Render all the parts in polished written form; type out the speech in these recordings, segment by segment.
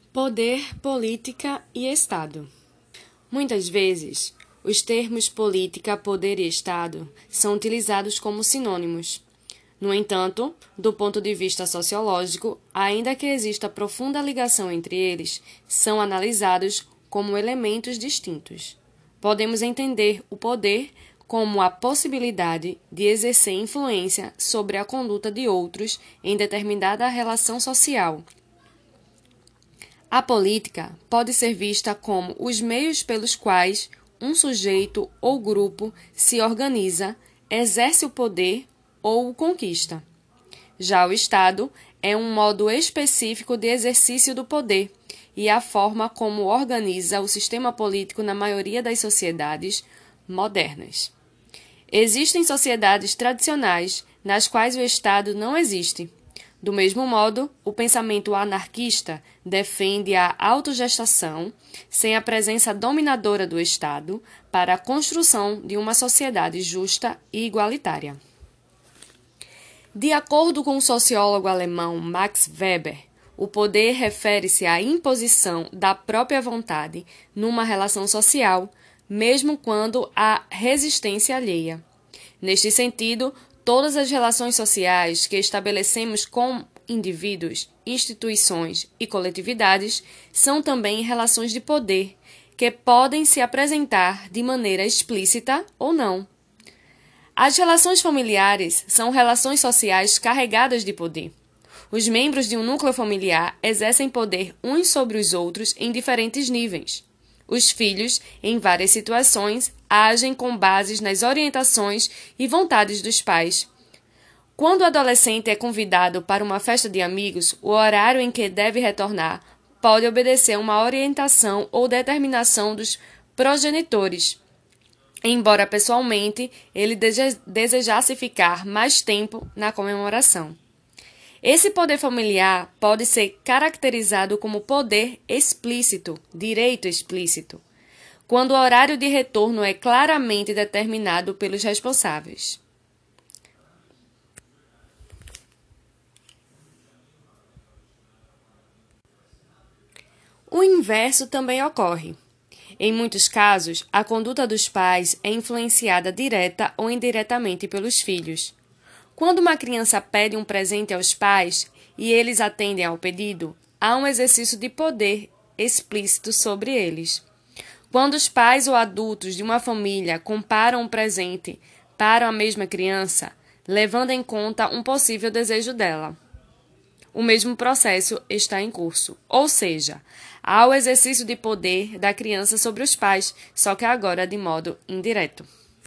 Poder, política e Estado. Muitas vezes, os termos política, poder e Estado são utilizados como sinônimos. No entanto, do ponto de vista sociológico, ainda que exista profunda ligação entre eles, são analisados como elementos distintos. Podemos entender o poder como a possibilidade de exercer influência sobre a conduta de outros em determinada relação social. A política pode ser vista como os meios pelos quais um sujeito ou grupo se organiza, exerce o poder ou o conquista. Já o Estado é um modo específico de exercício do poder e a forma como organiza o sistema político na maioria das sociedades modernas. Existem sociedades tradicionais nas quais o Estado não existe. Do mesmo modo, o pensamento anarquista defende a autogestação sem a presença dominadora do Estado para a construção de uma sociedade justa e igualitária. De acordo com o sociólogo alemão Max Weber, o poder refere-se à imposição da própria vontade numa relação social, mesmo quando há resistência alheia. Neste sentido, todas as relações sociais que estabelecemos com indivíduos, instituições e coletividades são também relações de poder, que podem se apresentar de maneira explícita ou não. As relações familiares são relações sociais carregadas de poder. Os membros de um núcleo familiar exercem poder uns sobre os outros em diferentes níveis. Os filhos, em várias situações, agem com bases nas orientações e vontades dos pais. Quando o adolescente é convidado para uma festa de amigos, o horário em que deve retornar pode obedecer a uma orientação ou determinação dos progenitores, embora pessoalmente ele desejasse ficar mais tempo na comemoração. Esse poder familiar pode ser caracterizado como poder explícito, direito explícito, quando o horário de retorno é claramente determinado pelos responsáveis. O inverso também ocorre. Em muitos casos, a conduta dos pais é influenciada direta ou indiretamente pelos filhos. Quando uma criança pede um presente aos pais e eles atendem ao pedido, há um exercício de poder explícito sobre eles. Quando os pais ou adultos de uma família comparam um presente para a mesma criança, levando em conta um possível desejo dela, o mesmo processo está em curso, ou seja, há o exercício de poder da criança sobre os pais, só que agora de modo indireto.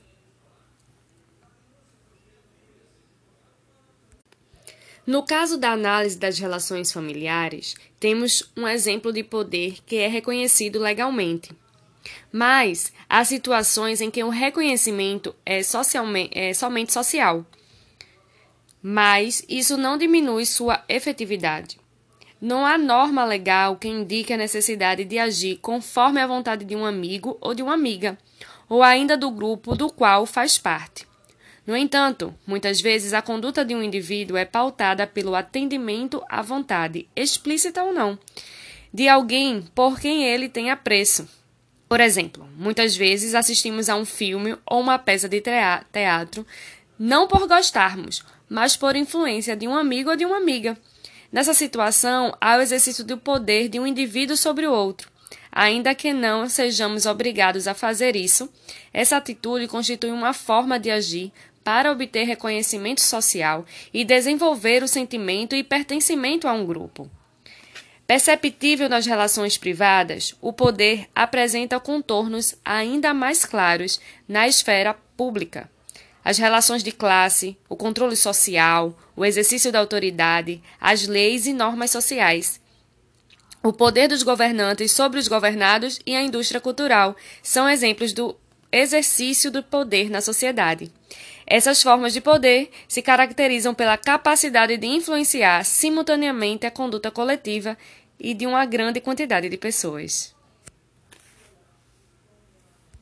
No caso da análise das relações familiares, temos um exemplo de poder que é reconhecido legalmente. Mas há situações em que o reconhecimento é somente social, mas isso não diminui sua efetividade. Não há norma legal que indique a necessidade de agir conforme a vontade de um amigo ou de uma amiga, ou ainda do grupo do qual faz parte. No entanto, muitas vezes a conduta de um indivíduo é pautada pelo atendimento à vontade, explícita ou não, de alguém por quem ele tem apreço. Por exemplo, muitas vezes assistimos a um filme ou uma peça de teatro não por gostarmos, mas por influência de um amigo ou de uma amiga. Nessa situação, há o exercício do poder de um indivíduo sobre o outro. Ainda que não sejamos obrigados a fazer isso, essa atitude constitui uma forma de agir para obter reconhecimento social e desenvolver o sentimento e pertencimento a um grupo. Perceptível nas relações privadas, o poder apresenta contornos ainda mais claros na esfera pública. As relações de classe, o controle social, o exercício da autoridade, as leis e normas sociais. O poder dos governantes sobre os governados e a indústria cultural são exemplos do exercício do poder na sociedade. Essas formas de poder se caracterizam pela capacidade de influenciar simultaneamente a conduta coletiva e de uma grande quantidade de pessoas.